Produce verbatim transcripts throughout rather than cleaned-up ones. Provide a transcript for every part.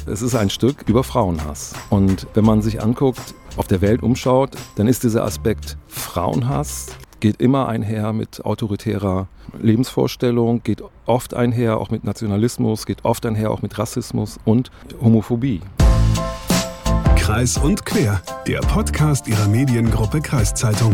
Es ist ein Stück über Frauenhass. Und wenn man sich anguckt, auf der Welt umschaut, dann ist dieser Aspekt Frauenhass, geht immer einher mit autoritärer Lebensvorstellung, geht oft einher auch mit Nationalismus, geht oft einher auch mit Rassismus und Homophobie. Kreis und Quer, der Podcast Ihrer Mediengruppe Kreiszeitung.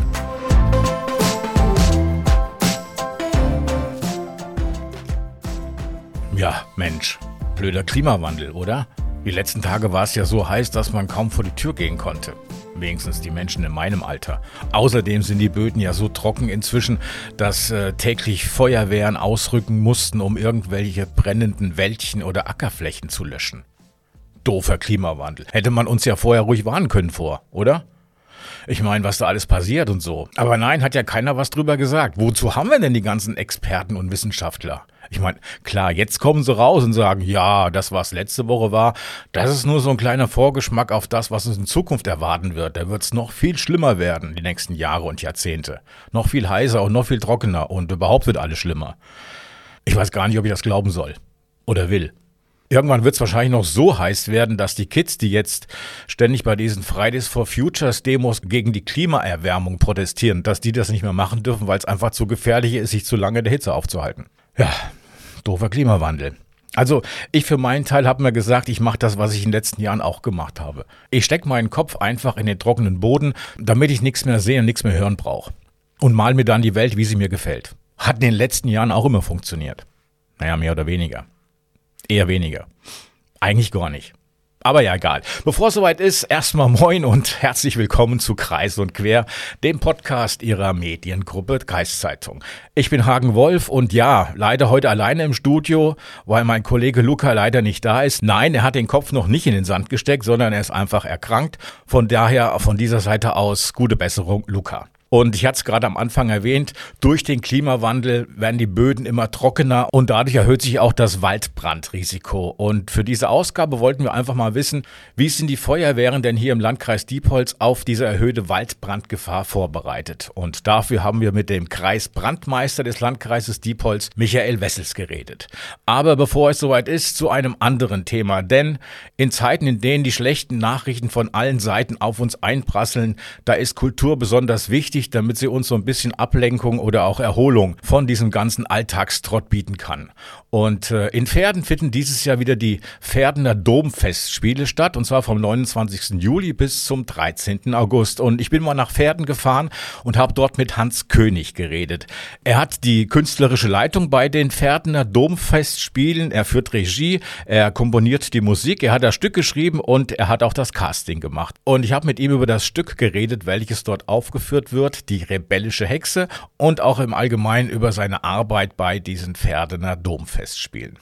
Ja, Mensch, blöder Klimawandel, oder? Die letzten Tage war es ja so heiß, dass man kaum vor die Tür gehen konnte. Wenigstens die Menschen in meinem Alter. Außerdem sind die Böden ja so trocken inzwischen, dass äh, täglich Feuerwehren ausrücken mussten, um irgendwelche brennenden Wäldchen oder Ackerflächen zu löschen. Doofer Klimawandel. Hätte man uns ja vorher ruhig warnen können vor, oder? Ich meine, was da alles passiert und so. Aber nein, hat ja keiner was drüber gesagt. Wozu haben wir denn die ganzen Experten und Wissenschaftler? Ich meine, klar, jetzt kommen sie raus und sagen, ja, das, was letzte Woche war, das ist nur so ein kleiner Vorgeschmack auf das, was uns in Zukunft erwarten wird. Da wird es noch viel schlimmer werden, die nächsten Jahre und Jahrzehnte. Noch viel heißer und noch viel trockener und überhaupt wird alles schlimmer. Ich weiß gar nicht, ob ich das glauben soll oder will. Irgendwann wird es wahrscheinlich noch so heiß werden, dass die Kids, die jetzt ständig bei diesen Fridays for Futures Demos gegen die Klimaerwärmung protestieren, dass die das nicht mehr machen dürfen, weil es einfach zu gefährlich ist, sich zu lange in der Hitze aufzuhalten. Ja, doofer Klimawandel. Also ich für meinen Teil habe mir gesagt, ich mache das, was ich in den letzten Jahren auch gemacht habe. Ich stecke meinen Kopf einfach in den trockenen Boden, damit ich nichts mehr sehen und nichts mehr hören brauche. Und mal mir dann die Welt, wie sie mir gefällt. Hat in den letzten Jahren auch immer funktioniert. Naja, mehr oder weniger. Eher weniger. Eigentlich gar nicht. Aber ja, egal. Bevor es soweit ist, erstmal moin und herzlich willkommen zu Kreis und Quer, dem Podcast Ihrer Mediengruppe Kreiszeitung. Ich bin Hagen Wolf und ja, leider heute alleine im Studio, weil mein Kollege Luca leider nicht da ist. Nein, er hat den Kopf noch nicht in den Sand gesteckt, sondern er ist einfach erkrankt. Von daher von dieser Seite aus gute Besserung, Luca. Und ich hatte es gerade am Anfang erwähnt, durch den Klimawandel werden die Böden immer trockener und dadurch erhöht sich auch das Waldbrandrisiko. Und für diese Ausgabe wollten wir einfach mal wissen, wie sind die Feuerwehren denn hier im Landkreis Diepholz auf diese erhöhte Waldbrandgefahr vorbereitet? Und dafür haben wir mit dem Kreisbrandmeister des Landkreises Diepholz, Michael Wessels, geredet. Aber bevor es soweit ist, zu einem anderen Thema. Denn in Zeiten, in denen die schlechten Nachrichten von allen Seiten auf uns einprasseln, da ist Kultur besonders wichtig, damit sie uns so ein bisschen Ablenkung oder auch Erholung von diesem ganzen Alltagstrott bieten kann. Und äh, in Verden finden dieses Jahr wieder die Verdener Domfestspiele statt, und zwar vom neunundzwanzigsten Juli bis zum dreizehnten August. Und ich bin mal nach Verden gefahren und habe dort mit Hans König geredet. Er hat die künstlerische Leitung bei den Verdener Domfestspielen, er führt Regie, er komponiert die Musik, er hat das Stück geschrieben und er hat auch das Casting gemacht. Und ich habe mit ihm über das Stück geredet, welches dort aufgeführt wird, die rebellische Hexe, und auch im Allgemeinen über seine Arbeit bei diesen Verdener Domfestspielen.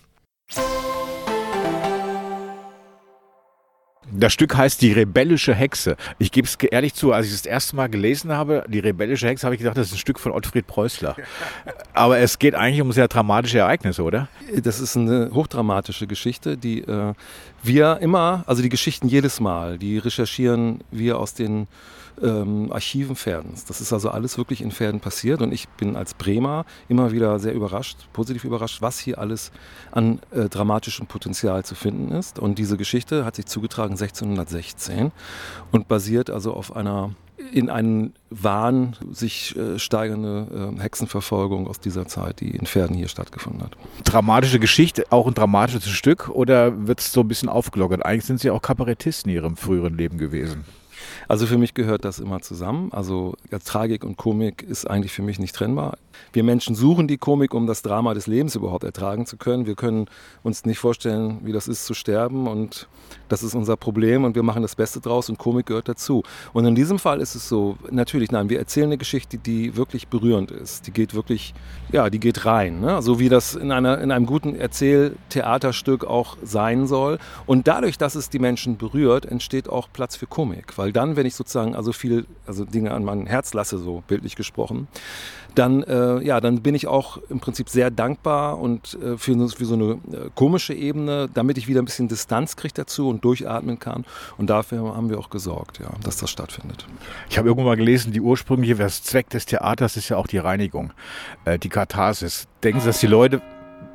Das Stück heißt Die rebellische Hexe. Ich gebe es ehrlich zu, als ich es das erste Mal gelesen habe, Die rebellische Hexe, habe ich gedacht, das ist ein Stück von Ottfried Preußler. Aber es geht eigentlich um sehr dramatische Ereignisse, oder? Das ist eine hochdramatische Geschichte, die äh, wir immer, also die Geschichten jedes Mal, die recherchieren wir aus den ähm, Archiven Verdens. Das ist also alles wirklich in Verden passiert und ich bin als Bremer immer wieder sehr überrascht, positiv überrascht, was hier alles an äh, dramatischem Potenzial zu finden ist. Und diese Geschichte hat sich zugetragen sechzehnhundertsechzehn und basiert also auf einer in einen Wahn sich äh, steigernde äh, Hexenverfolgung aus dieser Zeit, die in Verden hier stattgefunden hat. Dramatische Geschichte, auch ein dramatisches Stück, oder wird es so ein bisschen aufgelockert? Eigentlich sind Sie auch Kabarettisten in Ihrem früheren Leben gewesen. Also für mich gehört das immer zusammen. Also ja, Tragik und Komik ist eigentlich für mich nicht trennbar. Wir Menschen suchen die Komik, um das Drama des Lebens überhaupt ertragen zu können. Wir können uns nicht vorstellen, wie das ist zu sterben, und das ist unser Problem und wir machen das Beste draus und Komik gehört dazu. Und in diesem Fall ist es so, natürlich, nein, wir erzählen eine Geschichte, die wirklich berührend ist. Die geht wirklich, ja, die geht rein, ne? So wie das in, einer, in einem guten Erzähltheaterstück auch sein soll. Und dadurch, dass es die Menschen berührt, entsteht auch Platz für Komik. Weil dann, wenn ich sozusagen also viel, also Dinge an mein Herz lasse, so bildlich gesprochen, dann, äh, ja, dann bin ich auch im Prinzip sehr dankbar und äh, für, für so eine äh, komische Ebene, damit ich wieder ein bisschen Distanz kriege dazu und durchatmen kann. Und dafür haben wir auch gesorgt, ja, dass das stattfindet. Ich habe irgendwann mal gelesen, die ursprüngliche das Zweck des Theaters ist ja auch die Reinigung, äh, die Katharsis. Denken Sie, dass die Leute...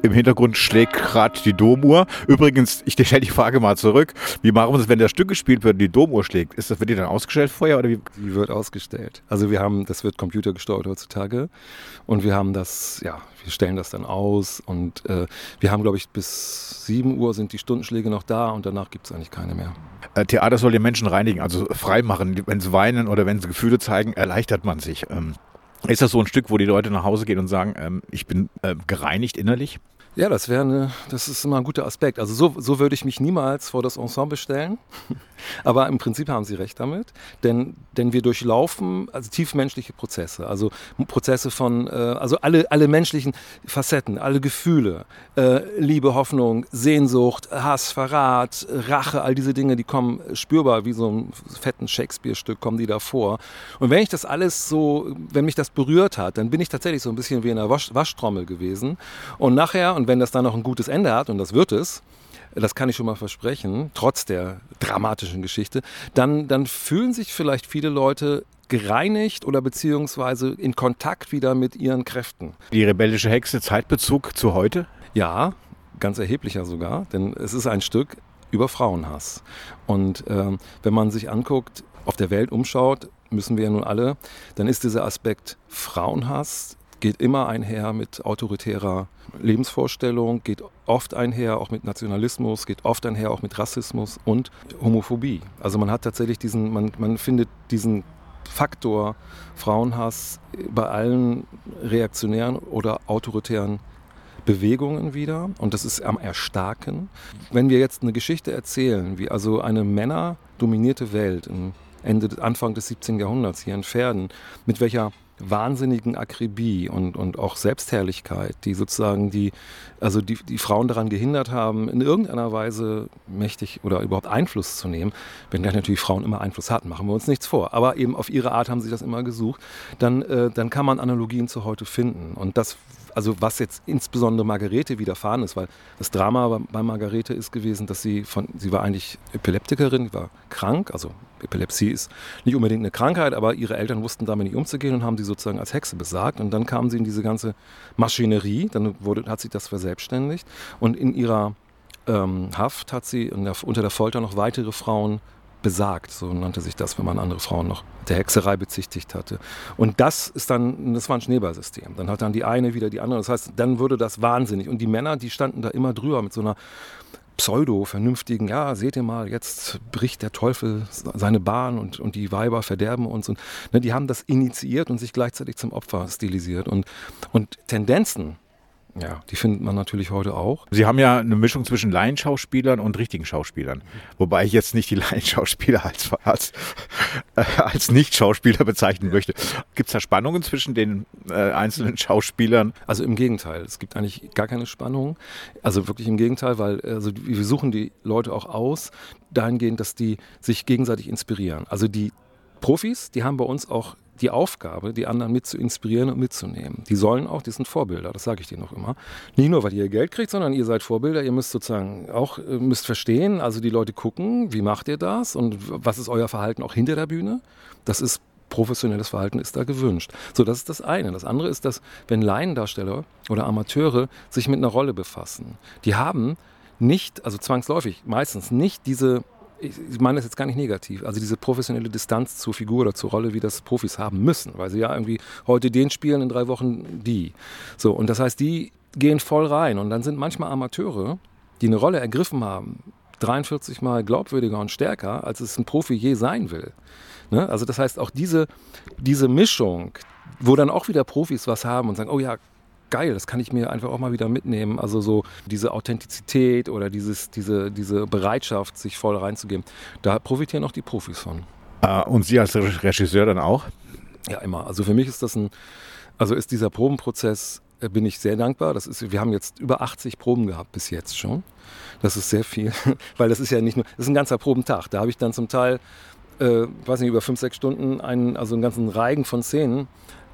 Im Hintergrund schlägt gerade die Domuhr. Übrigens, ich stelle die Frage mal zurück. Wie machen wir das, wenn das Stück gespielt wird und die Domuhr schlägt? Ist das, wird die dann ausgestellt vorher? Oder wie? Die wird ausgestellt. Also wir haben, das wird computergesteuert heutzutage. Und wir haben das, ja, wir stellen das dann aus. Und äh, wir haben, glaube ich, bis sieben Uhr sind die Stundenschläge noch da und danach gibt es eigentlich keine mehr. Äh, Theater soll den Menschen reinigen, also frei machen. Wenn sie weinen oder wenn sie Gefühle zeigen, erleichtert man sich. Ähm, ist das so ein Stück, wo die Leute nach Hause gehen und sagen, ähm, ich bin äh, gereinigt innerlich? Ja, das wäre eine, das ist immer ein guter Aspekt. Also so, so würde ich mich niemals vor das Ensemble stellen. Aber im Prinzip haben Sie recht damit, denn, denn wir durchlaufen also tiefmenschliche Prozesse, also Prozesse von, äh, also alle, alle menschlichen Facetten, alle Gefühle, äh, Liebe, Hoffnung, Sehnsucht, Hass, Verrat, Rache, all diese Dinge, die kommen spürbar wie so ein fetten Shakespeare-Stück, kommen die da vor. Und wenn ich das alles so, wenn mich das berührt hat, dann bin ich tatsächlich so ein bisschen wie in einer Wasch, Waschtrommel gewesen. Und nachher, und wenn das dann noch ein gutes Ende hat, und das wird es, das kann ich schon mal versprechen, trotz der dramatischen Geschichte, dann, dann fühlen sich vielleicht viele Leute gereinigt oder beziehungsweise in Kontakt wieder mit ihren Kräften. Die rebellische Hexe, Zeitbezug zu heute? Ja, ganz erheblicher sogar, denn es ist ein Stück über Frauenhass. Und ähm, wenn man sich anguckt, auf der Welt umschaut, müssen wir ja nun alle, dann ist dieser Aspekt Frauenhass, geht immer einher mit autoritärer Lebensvorstellung, geht oft einher auch mit Nationalismus, geht oft einher auch mit Rassismus und Homophobie. Also man hat tatsächlich diesen, man, man findet diesen Faktor Frauenhass bei allen reaktionären oder autoritären Bewegungen wieder und das ist am Erstarken. Wenn wir jetzt eine Geschichte erzählen, wie also eine männerdominierte Welt im Ende, Anfang des siebzehnten Jahrhunderts hier in Verden, mit welcher wahnsinnigen Akribie und, und auch Selbstherrlichkeit, die sozusagen die, also die, die Frauen daran gehindert haben, in irgendeiner Weise mächtig oder überhaupt Einfluss zu nehmen, wenn dann natürlich Frauen immer Einfluss hatten, machen wir uns nichts vor, aber eben auf ihre Art haben sie das immer gesucht, dann, äh, dann kann man Analogien zu heute finden und das, also was jetzt insbesondere Margarete widerfahren ist, weil das Drama bei Margarete ist gewesen, dass sie von, sie war eigentlich Epileptikerin, die war krank, also Epilepsie ist nicht unbedingt eine Krankheit, aber ihre Eltern wussten damit nicht umzugehen und haben sie sozusagen als Hexe besagt und dann kam sie in diese ganze Maschinerie, dann wurde, hat sich das verselbstständigt und in ihrer ähm, Haft hat sie in der, unter der Folter noch weitere Frauen besagt, so nannte sich das, wenn man andere Frauen noch der Hexerei bezichtigt hatte. Und das ist dann, das war ein Schneeballsystem. Dann hat dann die eine wieder die andere. Das heißt, dann wurde das wahnsinnig. Und die Männer, die standen da immer drüber mit so einer pseudo-vernünftigen, ja, seht ihr mal, jetzt bricht der Teufel seine Bahn und, und die Weiber verderben uns. Und, ne, die haben das initiiert und sich gleichzeitig zum Opfer stilisiert. Und, und Tendenzen, ja, die findet man natürlich heute auch. Sie haben ja eine Mischung zwischen Laienschauspielern und richtigen Schauspielern. Wobei ich jetzt nicht die Laienschauspieler als, als, äh, als Nicht-Schauspieler bezeichnen möchte. Gibt es da Spannungen zwischen den äh, einzelnen Schauspielern? Also im Gegenteil, es gibt eigentlich gar keine Spannung. Also wirklich im Gegenteil, weil also wir suchen die Leute auch aus, dahingehend, dass die sich gegenseitig inspirieren. Also die Profis, die haben bei uns auch die Aufgabe, die anderen mit zu inspirieren und mitzunehmen. Die sollen auch, die sind Vorbilder, das sage ich denen auch immer. Nicht nur, weil ihr Geld kriegt, sondern ihr seid Vorbilder, ihr müsst sozusagen auch, müsst verstehen, also die Leute gucken, wie macht ihr das und was ist euer Verhalten auch hinter der Bühne? Das ist, professionelles Verhalten ist da gewünscht. So, das ist das eine. Das andere ist, dass wenn Laiendarsteller oder Amateure sich mit einer Rolle befassen, die haben nicht, also zwangsläufig, meistens nicht diese, ich meine das jetzt gar nicht negativ, also diese professionelle Distanz zur Figur oder zur Rolle, wie das Profis haben müssen, weil sie ja irgendwie heute den spielen, in drei Wochen die. So, und das heißt, die gehen voll rein und dann sind manchmal Amateure, die eine Rolle ergriffen haben, dreiundvierzig Mal glaubwürdiger und stärker, als es ein Profi je sein will. Ne? Also das heißt, auch diese, diese Mischung, wo dann auch wieder Profis was haben und sagen, oh ja, geil, das kann ich mir einfach auch mal wieder mitnehmen. Also so diese Authentizität oder dieses, diese, diese Bereitschaft, sich voll reinzugeben, da profitieren auch die Profis von. Uh, und Sie als Regisseur dann auch? Ja, immer. Also für mich ist das ein, also ist dieser Probenprozess, äh, bin ich sehr dankbar. Das ist, wir haben jetzt über achtzig Proben gehabt bis jetzt schon. Das ist sehr viel, weil das ist ja nicht nur, das ist ein ganzer Probentag. Da habe ich dann zum Teil, äh, weiß nicht, über fünf, sechs Stunden einen, also einen ganzen Reigen von Szenen.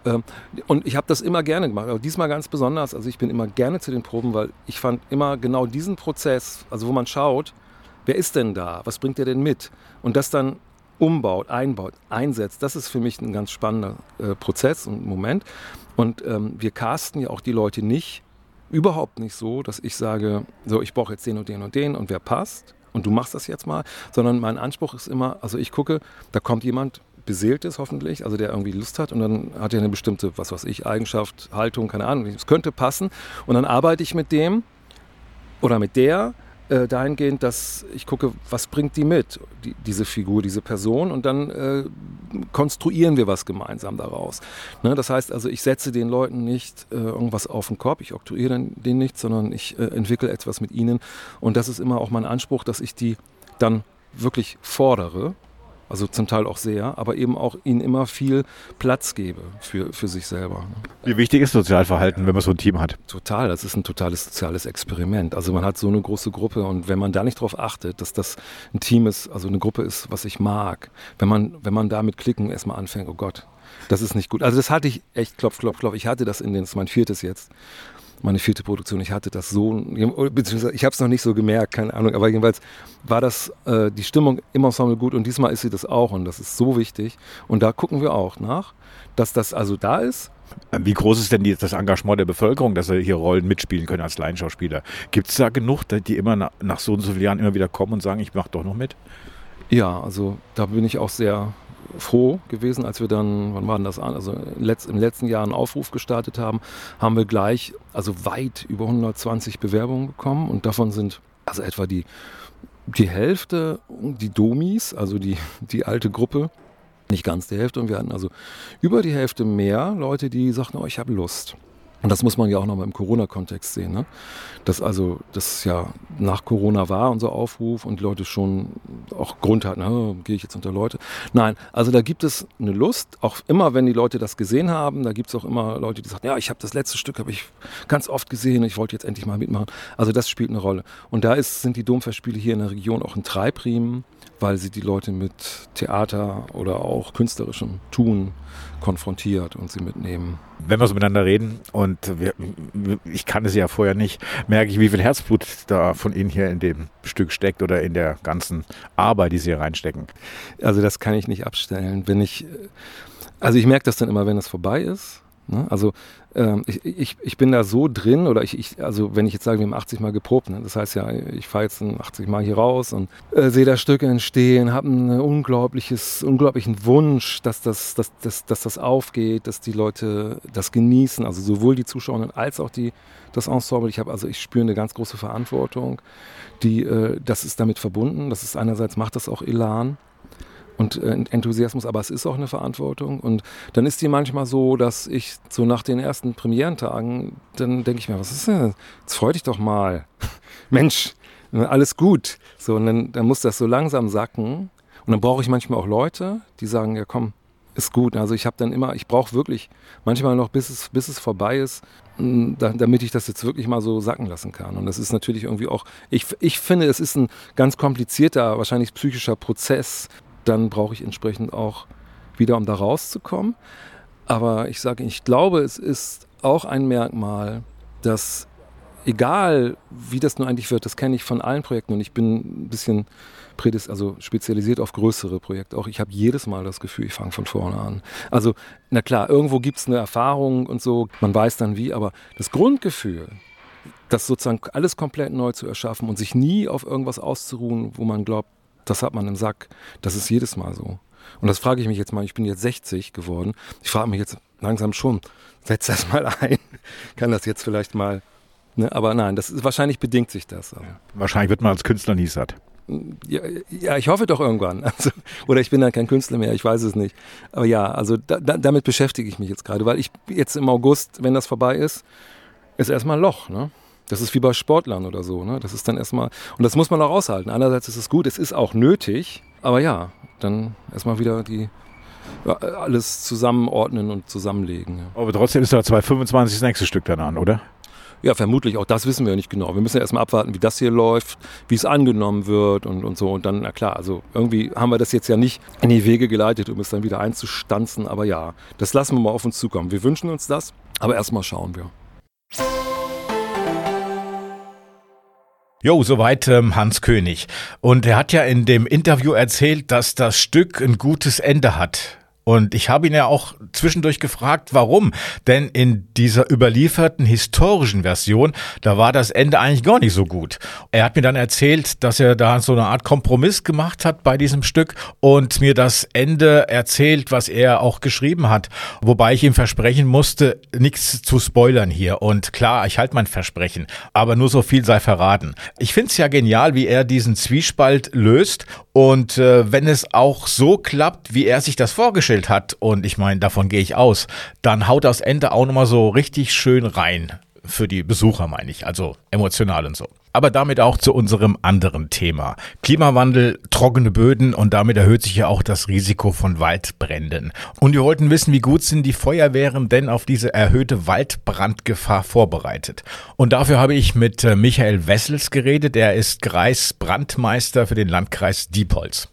Und ich habe das immer gerne gemacht, aber diesmal ganz besonders. Also ich bin immer gerne zu den Proben, weil ich fand immer genau diesen Prozess, also wo man schaut, wer ist denn da, was bringt der denn mit? Und das dann umbaut, einbaut, einsetzt, das ist für mich ein ganz spannender äh, Prozess und Moment. Und ähm, wir casten ja auch die Leute nicht überhaupt nicht so, dass ich sage, so, ich brauche jetzt den und den und den und wer passt und du machst das jetzt mal, sondern mein Anspruch ist immer, also ich gucke, da kommt jemand, beseelt ist hoffentlich, also der irgendwie Lust hat und dann hat er eine bestimmte, was weiß ich, Eigenschaft, Haltung, keine Ahnung, es könnte passen und dann arbeite ich mit dem oder mit der äh, dahingehend, dass ich gucke, was bringt die mit, die, diese Figur, diese Person und dann äh, konstruieren wir was gemeinsam daraus. Ne, das heißt also, ich setze den Leuten nicht äh, irgendwas auf den Kopf, ich oktroyiere denen nicht, sondern ich äh, entwickle etwas mit ihnen und das ist immer auch mein Anspruch, dass ich die dann wirklich fordere, also zum Teil auch sehr, aber eben auch ihnen immer viel Platz gebe für, für sich selber. Wie wichtig ist Sozialverhalten, wenn man so ein Team hat? Total, das ist ein totales soziales Experiment. Also man hat so eine große Gruppe und wenn man da nicht darauf achtet, dass das ein Team ist, also eine Gruppe ist, was ich mag, wenn man, wenn man da mit Klicken erstmal anfängt, oh Gott, das ist nicht gut. Also das hatte ich echt, klopf, klopf, klopf, ich hatte das in den, das ist mein viertes jetzt. Meine vierte Produktion, ich hatte das so, beziehungsweise ich habe es noch nicht so gemerkt, keine Ahnung, aber jedenfalls war das äh, die Stimmung im Ensemble gut und diesmal ist sie das auch und das ist so wichtig und da gucken wir auch nach, dass das also da ist. Wie groß ist denn die, das Engagement der Bevölkerung, dass sie hier Rollen mitspielen können als Laienschauspieler? Gibt es da genug, die immer nach, nach so und so vielen Jahren immer wieder kommen und sagen, ich mache doch noch mit? Ja, also da bin ich auch sehr froh gewesen, als wir dann, wann war denn das an? Also im letzten Jahr einen Aufruf gestartet haben, haben wir gleich, also weit über hundertzwanzig Bewerbungen bekommen und davon sind also etwa die, die Hälfte die Domis, also die, die alte Gruppe, nicht ganz die Hälfte und wir hatten also über die Hälfte mehr Leute, die sagten, oh, ich habe Lust. Und das muss man ja auch nochmal im Corona-Kontext sehen, ne? Dass also das ja nach Corona war, unser Aufruf und die Leute schon auch Grund hatten, oh, gehe ich jetzt unter Leute? Nein, also da gibt es eine Lust, auch immer, wenn die Leute das gesehen haben, da gibt es auch immer Leute, die sagen, ja, ich habe das letzte Stück, habe ich ganz oft gesehen, ich wollte jetzt endlich mal mitmachen. Also das spielt eine Rolle. Und da ist, sind die Domfestspiele hier in der Region auch ein Treibriemen, weil sie die Leute mit Theater oder auch künstlerischem Tun konfrontiert und sie mitnehmen. Wenn wir so miteinander reden und wir, ich kannte sie ja vorher nicht, merke ich, wie viel Herzblut da von Ihnen hier in dem Stück steckt oder in der ganzen Arbeit, die Sie hier reinstecken. Also das kann ich nicht abstellen. Wenn ich, also ich merke das dann immer, wenn es vorbei ist. Ne? Also ähm, ich, ich, ich bin da so drin oder ich, ich, also wenn ich jetzt sage, wir haben achtzig Mal geprobt, ne? Das heißt ja, ich fahre jetzt achtzig Mal hier raus und äh, sehe da Stücke entstehen, habe einen unglaubliches, unglaublichen Wunsch, dass das, dass, dass, dass das aufgeht, dass die Leute das genießen, also sowohl die Zuschauerinnen als auch die, das Ensemble. Ich habe also, ich spüre eine ganz große Verantwortung, die, äh, das ist damit verbunden, das ist einerseits macht das auch Elan und äh, Enthusiasmus, aber es ist auch eine Verantwortung und dann ist die manchmal so, dass ich so nach den ersten Premierentagen, dann denke ich mir, was ist denn, jetzt freu dich doch mal, Mensch, alles gut, so und dann, dann muss das so langsam sacken und dann brauche ich manchmal auch Leute, die sagen, ja komm, ist gut, also ich habe dann immer, ich brauche wirklich manchmal noch, bis es, bis es vorbei ist, da, damit ich das jetzt wirklich mal so sacken lassen kann und das ist natürlich irgendwie auch, ich, ich finde, es ist ein ganz komplizierter, wahrscheinlich psychischer Prozess. Dann brauche ich entsprechend auch wieder, um da rauszukommen. Aber ich sage, ich glaube, es ist auch ein Merkmal, dass egal wie das nur eigentlich wird, das kenne ich von allen Projekten und ich bin ein bisschen prädis, also spezialisiert auf größere Projekte. Auch ich habe jedes Mal das Gefühl, ich fange von vorne an. Also na klar, irgendwo gibt es eine Erfahrung und so, man weiß dann wie, aber das Grundgefühl, das sozusagen alles komplett neu zu erschaffen und sich nie auf irgendwas auszuruhen, wo man glaubt, das hat man im Sack. Das ist jedes Mal so. Und das frage ich mich jetzt mal, ich bin jetzt sechzig geworden. Ich frage mich jetzt langsam schon, setz das mal ein. Kann das jetzt vielleicht mal, ne? Aber nein, das ist, wahrscheinlich bedingt sich das. Also. Wahrscheinlich wird man als Künstler nie satt. Ja, ja, ich hoffe doch irgendwann. Also, oder ich bin dann kein Künstler mehr, ich weiß es nicht. Aber ja, also da, da, damit beschäftige ich mich jetzt gerade, weil ich jetzt im August, wenn das vorbei ist, ist erstmal ein Loch, ne? Das ist wie bei Sportlern oder so, ne? Das ist dann erstmal, und das muss man auch aushalten. Einerseits ist es gut, es ist auch nötig, aber ja, dann erstmal wieder die ja, alles zusammenordnen und zusammenlegen. Ja. Aber trotzdem ist da zweitausendfünfundzwanzig das nächste Stück dann an, oder? Ja, vermutlich, auch das wissen wir nicht genau. Wir müssen ja erstmal abwarten, wie das hier läuft, wie es angenommen wird und, und so. Und dann, na klar, also irgendwie haben wir das jetzt ja nicht in die Wege geleitet, um es dann wieder einzustanzen. Aber ja, das lassen wir mal auf uns zukommen. Wir wünschen uns das, aber erstmal schauen wir. Jo, soweit ähm, Hans König. Und er hat ja in dem Interview erzählt, dass das Stück ein gutes Ende hat. Und ich habe ihn ja auch zwischendurch gefragt, warum. Denn in dieser überlieferten historischen Version, da war das Ende eigentlich gar nicht so gut. Er hat mir dann erzählt, dass er da so eine Art Kompromiss gemacht hat bei diesem Stück und mir das Ende erzählt, was er auch geschrieben hat. Wobei ich ihm versprechen musste, nichts zu spoilern hier. Und klar, ich halte mein Versprechen, aber nur so viel sei verraten. Ich finde es ja genial, wie er diesen Zwiespalt löst. Und äh, wenn es auch so klappt, wie er sich das vorgestellt hat, und ich meine, davon gehe ich aus, dann haut das Ende auch nochmal so richtig schön rein. Für die Besucher meine ich, also emotional und so. Aber damit auch zu unserem anderen Thema. Klimawandel, trockene Böden und damit erhöht sich ja auch das Risiko von Waldbränden. Und wir wollten wissen, wie gut sind die Feuerwehren denn auf diese erhöhte Waldbrandgefahr vorbereitet? Und dafür habe ich mit Michael Wessels geredet. Er ist Kreisbrandmeister für den Landkreis Diepholz.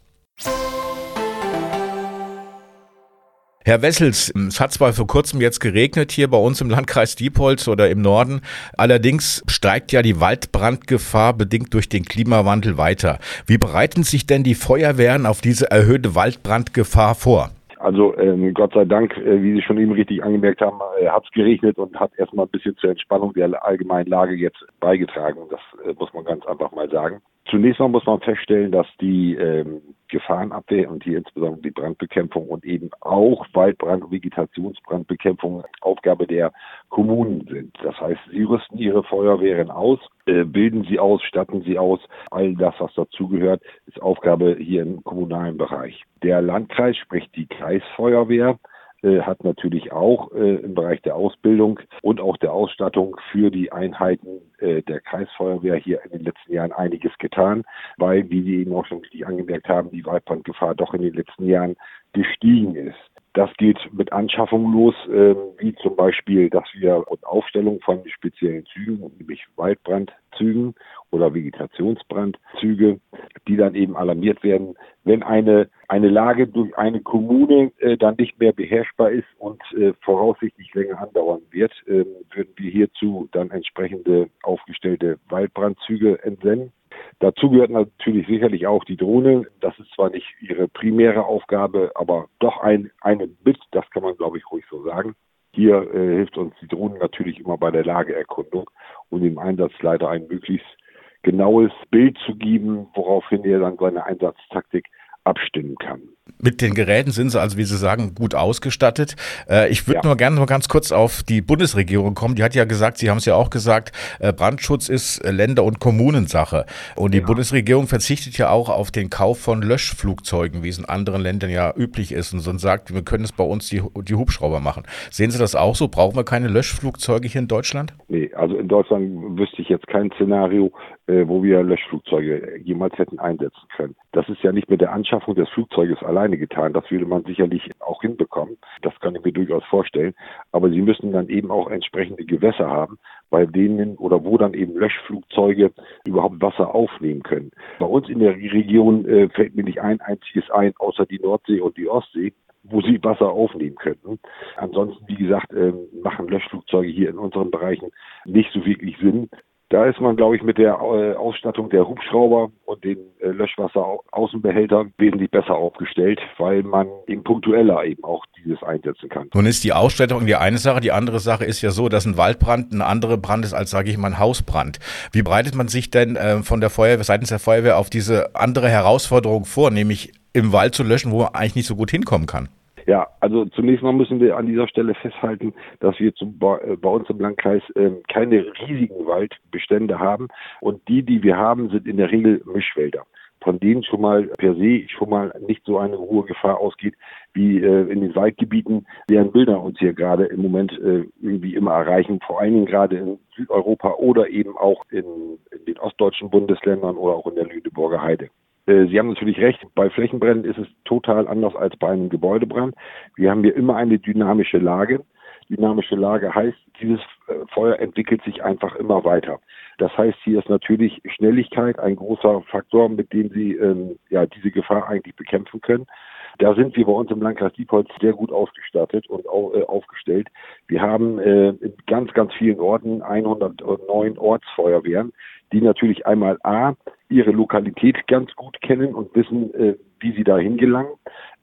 Herr Wessels, es hat zwar vor kurzem jetzt geregnet hier bei uns im Landkreis Diepholz oder im Norden, allerdings steigt ja die Waldbrandgefahr bedingt durch den Klimawandel weiter. Wie bereiten sich denn die Feuerwehren auf diese erhöhte Waldbrandgefahr vor? Also ähm, Gott sei Dank, äh, wie Sie schon eben richtig angemerkt haben, äh, hat es geregnet und hat erstmal ein bisschen zur Entspannung der allgemeinen Lage jetzt beigetragen. Das äh, muss man ganz einfach mal sagen. Zunächst mal muss man feststellen, dass die ähm, Gefahrenabwehr und hier insbesondere die Brandbekämpfung und eben auch Waldbrand- und Vegetationsbrandbekämpfung Aufgabe der Kommunen sind. Das heißt, sie rüsten ihre Feuerwehren aus, äh, bilden sie aus, statten sie aus. All das, was dazugehört, ist Aufgabe hier im kommunalen Bereich. Der Landkreis, sprich die Kreisfeuerwehr, hat natürlich auch äh, im Bereich der Ausbildung und auch der Ausstattung für die Einheiten äh, der Kreisfeuerwehr hier in den letzten Jahren einiges getan, weil, wie Sie eben auch schon richtig angemerkt haben, die Waldbrandgefahr doch in den letzten Jahren gestiegen ist. Das geht mit Anschaffungen los, äh, wie zum Beispiel, dass wir und Aufstellung von speziellen Zügen, nämlich Waldbrandzügen oder Vegetationsbrandzüge, die dann eben alarmiert werden, wenn eine eine Lage durch eine Kommune äh, dann nicht mehr beherrschbar ist und äh, voraussichtlich länger andauern wird, äh, würden wir hierzu dann entsprechende aufgestellte Waldbrandzüge entsenden. Dazu gehört natürlich sicherlich auch die Drohne. Das ist zwar nicht ihre primäre Aufgabe, aber doch ein, eine mit, das kann man glaube ich ruhig so sagen. Hier äh, hilft uns die Drohne natürlich immer bei der Lageerkundung und im Einsatzleiter ein möglichst genaues Bild zu geben, woraufhin er dann seine Einsatztaktik abstimmen kann. Mit den Geräten sind sie also, wie Sie sagen, gut ausgestattet. Äh, ich würde ja. nur gerne mal ganz kurz auf die Bundesregierung kommen. Die hat ja gesagt, Sie haben es ja auch gesagt, äh, Brandschutz ist äh, Länder- und Kommunensache. Und die ja. Bundesregierung verzichtet ja auch auf den Kauf von Löschflugzeugen, wie es in anderen Ländern ja üblich ist. Und sonst sagt, wir können es bei uns die, die Hubschrauber machen. Sehen Sie das auch so? Brauchen wir keine Löschflugzeuge hier in Deutschland? Nee, also in Deutschland wüsste ich jetzt kein Szenario, äh, wo wir Löschflugzeuge jemals hätten einsetzen können. Das ist ja nicht mit der Anschaffung des Flugzeuges alleine getan. Das würde man sicherlich auch hinbekommen. Das kann ich mir durchaus vorstellen. Aber sie müssen dann eben auch entsprechende Gewässer haben, bei denen oder wo dann eben Löschflugzeuge überhaupt Wasser aufnehmen können. Bei uns in der Region äh, fällt mir nicht ein einziges ein, außer die Nordsee und die Ostsee, wo sie Wasser aufnehmen könnten. Ansonsten, wie gesagt, äh, machen Löschflugzeuge hier in unseren Bereichen nicht so wirklich Sinn. Da ist man, glaube ich, mit der äh, Ausstattung der Hubschrauber und den äh, Löschwasseraußenbehältern wesentlich besser aufgestellt, weil man eben punktueller eben auch dieses einsetzen kann. Nun ist die Ausstattung die eine Sache, die andere Sache ist ja so, dass ein Waldbrand ein anderer Brand ist als, sage ich mal, ein Hausbrand. Wie bereitet man sich denn äh, von der Feuerwehr, seitens der Feuerwehr auf diese andere Herausforderung vor, nämlich im Wald zu löschen, wo man eigentlich nicht so gut hinkommen kann? Ja, also zunächst mal müssen wir an dieser Stelle festhalten, dass wir zum, bei, bei uns im Landkreis äh, keine riesigen Waldbestände haben und die, die wir haben, sind in der Regel Mischwälder, von denen schon mal per se schon mal nicht so eine hohe Gefahr ausgeht wie äh, in den Waldgebieten, deren Bilder uns hier gerade im Moment äh, irgendwie immer erreichen, vor allen Dingen gerade in Südeuropa oder eben auch in, in den ostdeutschen Bundesländern oder auch in der Lüneburger Heide. Sie haben natürlich recht, bei Flächenbränden ist es total anders als bei einem Gebäudebrand. Wir haben hier immer eine dynamische Lage. Dynamische Lage heißt, dieses Feuer entwickelt sich einfach immer weiter. Das heißt, hier ist natürlich Schnelligkeit ein großer Faktor, mit dem Sie ähm, ja diese Gefahr eigentlich bekämpfen können. Da sind wir bei uns im Landkreis Diepholz sehr gut ausgestattet und au, äh, aufgestellt. Wir haben äh, in ganz, ganz vielen Orten hundertneun Ortsfeuerwehren, die natürlich einmal A, ihre Lokalität ganz gut kennen und wissen, äh, wie sie dahin gelangen.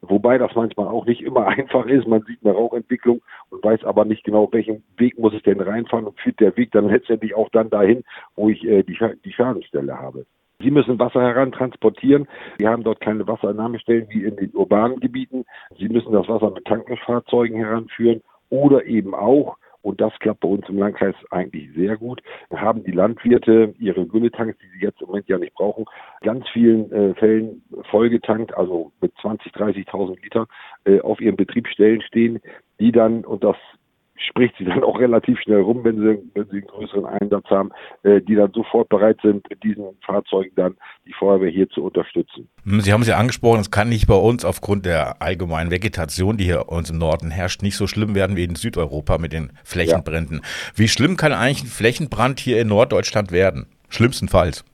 Wobei das manchmal auch nicht immer einfach ist. Man sieht eine Rauchentwicklung und weiß aber nicht genau, welchen Weg muss es denn reinfahren und führt der Weg dann letztendlich auch dann dahin, wo ich äh, die, die Schadensstelle habe. Sie müssen Wasser herantransportieren. Wir haben dort keine Wasserentnahmestellen wie in den urbanen Gebieten. Sie müssen das Wasser mit Tankfahrzeugen heranführen oder eben auch, und das klappt bei uns im Landkreis eigentlich sehr gut, haben die Landwirte ihre Gülletanks, die sie jetzt im Moment ja nicht brauchen, ganz vielen äh, Fällen vollgetankt, also mit zwanzigtausend, dreißigtausend Liter äh, auf ihren Betriebsstellen stehen, die dann, und das spricht sie dann auch relativ schnell rum, wenn sie, wenn sie einen größeren Einsatz haben, äh, die dann sofort bereit sind, mit diesen Fahrzeugen dann die Feuerwehr hier zu unterstützen. Sie haben es ja angesprochen, es kann nicht bei uns aufgrund der allgemeinen Vegetation, die hier uns im Norden herrscht, nicht so schlimm werden wie in Südeuropa mit den Flächenbränden. Ja. Wie schlimm kann eigentlich ein Flächenbrand hier in Norddeutschland werden? Schlimmstenfalls.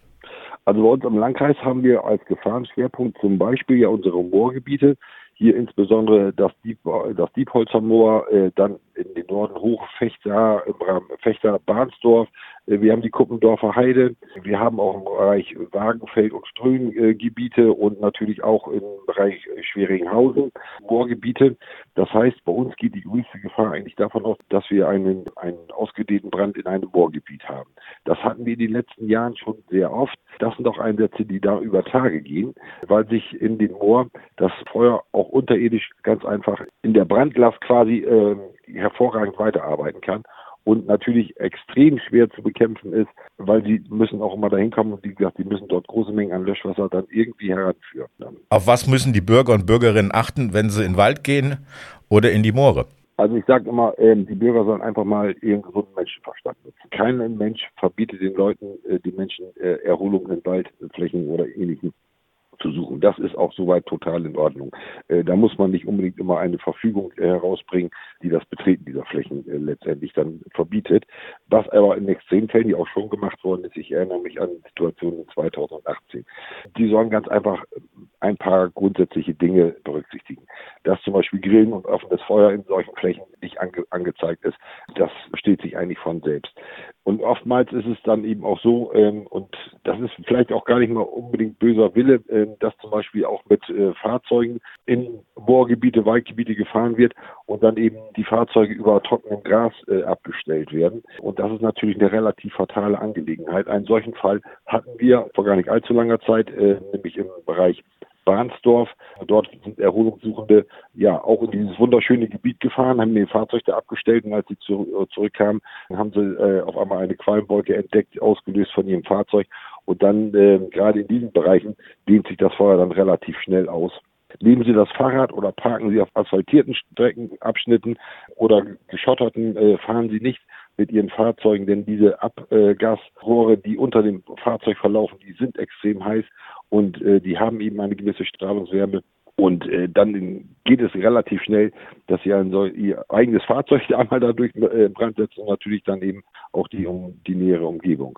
Also bei uns im Landkreis haben wir als Gefahrenschwerpunkt zum Beispiel ja unsere Moorgebiete. Hier insbesondere das, Dieb, das Diepholzer Moor, äh, dann in den Norden hoch Fechter, Fechter Bahnsdorf. Äh, wir haben die Kuppendorfer Heide. Wir haben auch im Bereich Wagenfeld und Ströhngebiete äh, und natürlich auch im Bereich Schweringhausen Moorgebiete. Das heißt, bei uns geht die größte Gefahr eigentlich davon aus, dass wir einen, einen ausgedehnten Brand in einem Moorgebiet haben. Das hatten wir in den letzten Jahren schon sehr oft. Das sind auch Einsätze, die da über Tage gehen, weil sich in den Moor das Feuer auch unterirdisch ganz einfach in der Brandlast quasi äh, hervorragend weiterarbeiten kann und natürlich extrem schwer zu bekämpfen ist, weil sie müssen auch immer dahin kommen und wie gesagt, die müssen dort große Mengen an Löschwasser dann irgendwie heranführen. Auf was müssen die Bürger und Bürgerinnen achten, wenn sie in den Wald gehen oder in die Moore? Also ich sage immer, äh, die Bürger sollen einfach mal ihren gesunden Menschenverstand nutzen. Kein Mensch verbietet den Leuten, äh, die Menschen äh, Erholung in Waldflächen oder Ähnlichem zu suchen. Das ist auch soweit total in Ordnung. Äh, da muss man nicht unbedingt immer eine Verfügung äh, herausbringen, die das Betreten dieser Flächen äh, letztendlich dann verbietet. Was aber in Extremfällen, die auch schon gemacht worden ist, ich erinnere mich an Situationen in zweitausendachtzehn. Die sollen ganz einfach ein paar grundsätzliche Dinge berücksichtigen. Dass zum Beispiel Grillen und offenes Feuer in solchen Flächen nicht ange- angezeigt ist, das versteht sich eigentlich von selbst. Und oftmals ist es dann eben auch so, ähm, und das ist vielleicht auch gar nicht mal unbedingt böser Wille, äh, dass zum Beispiel auch mit äh, Fahrzeugen in Moorgebiete, Waldgebiete gefahren wird und dann eben die Fahrzeuge über trockenem Gras äh, abgestellt werden. Und das ist natürlich eine relativ fatale Angelegenheit. Einen solchen Fall hatten wir vor gar nicht allzu langer Zeit, äh, nämlich im Bereich Bahnsdorf. Dort sind Erholungssuchende ja auch in dieses wunderschöne Gebiet gefahren, haben ihr Fahrzeug da abgestellt und als sie zu, zurückkamen, haben sie äh, auf einmal eine Qualmwolke entdeckt, ausgelöst von ihrem Fahrzeug. Und dann äh, gerade in diesen Bereichen dehnt sich das Feuer dann relativ schnell aus. Nehmen Sie das Fahrrad oder parken Sie auf asphaltierten Streckenabschnitten oder geschotterten, äh, fahren Sie nicht mit Ihren Fahrzeugen, denn diese Abgasrohre, die unter dem Fahrzeug verlaufen, die sind extrem heiß und äh, die haben eben eine gewisse Strahlungswärme. Und äh, dann geht es relativ schnell, dass Sie ein so, Ihr eigenes Fahrzeug einmal dadurch äh, Brand setzen und natürlich dann eben auch die, um, die nähere Umgebung.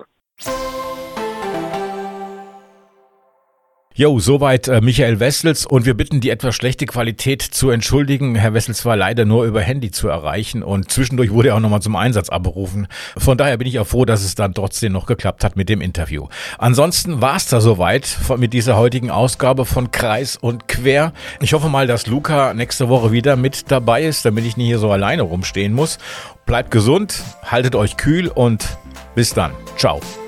Jo, soweit äh, Michael Wessels und wir bitten die etwas schlechte Qualität zu entschuldigen. Herr Wessels war leider nur über Handy zu erreichen und zwischendurch wurde er auch nochmal zum Einsatz abberufen. Von daher bin ich auch froh, dass es dann trotzdem noch geklappt hat mit dem Interview. Ansonsten war es da soweit von, mit dieser heutigen Ausgabe von Kreis und Quer. Ich hoffe mal, dass Luca nächste Woche wieder mit dabei ist, damit ich nicht hier so alleine rumstehen muss. Bleibt gesund, haltet euch kühl und bis dann. Ciao.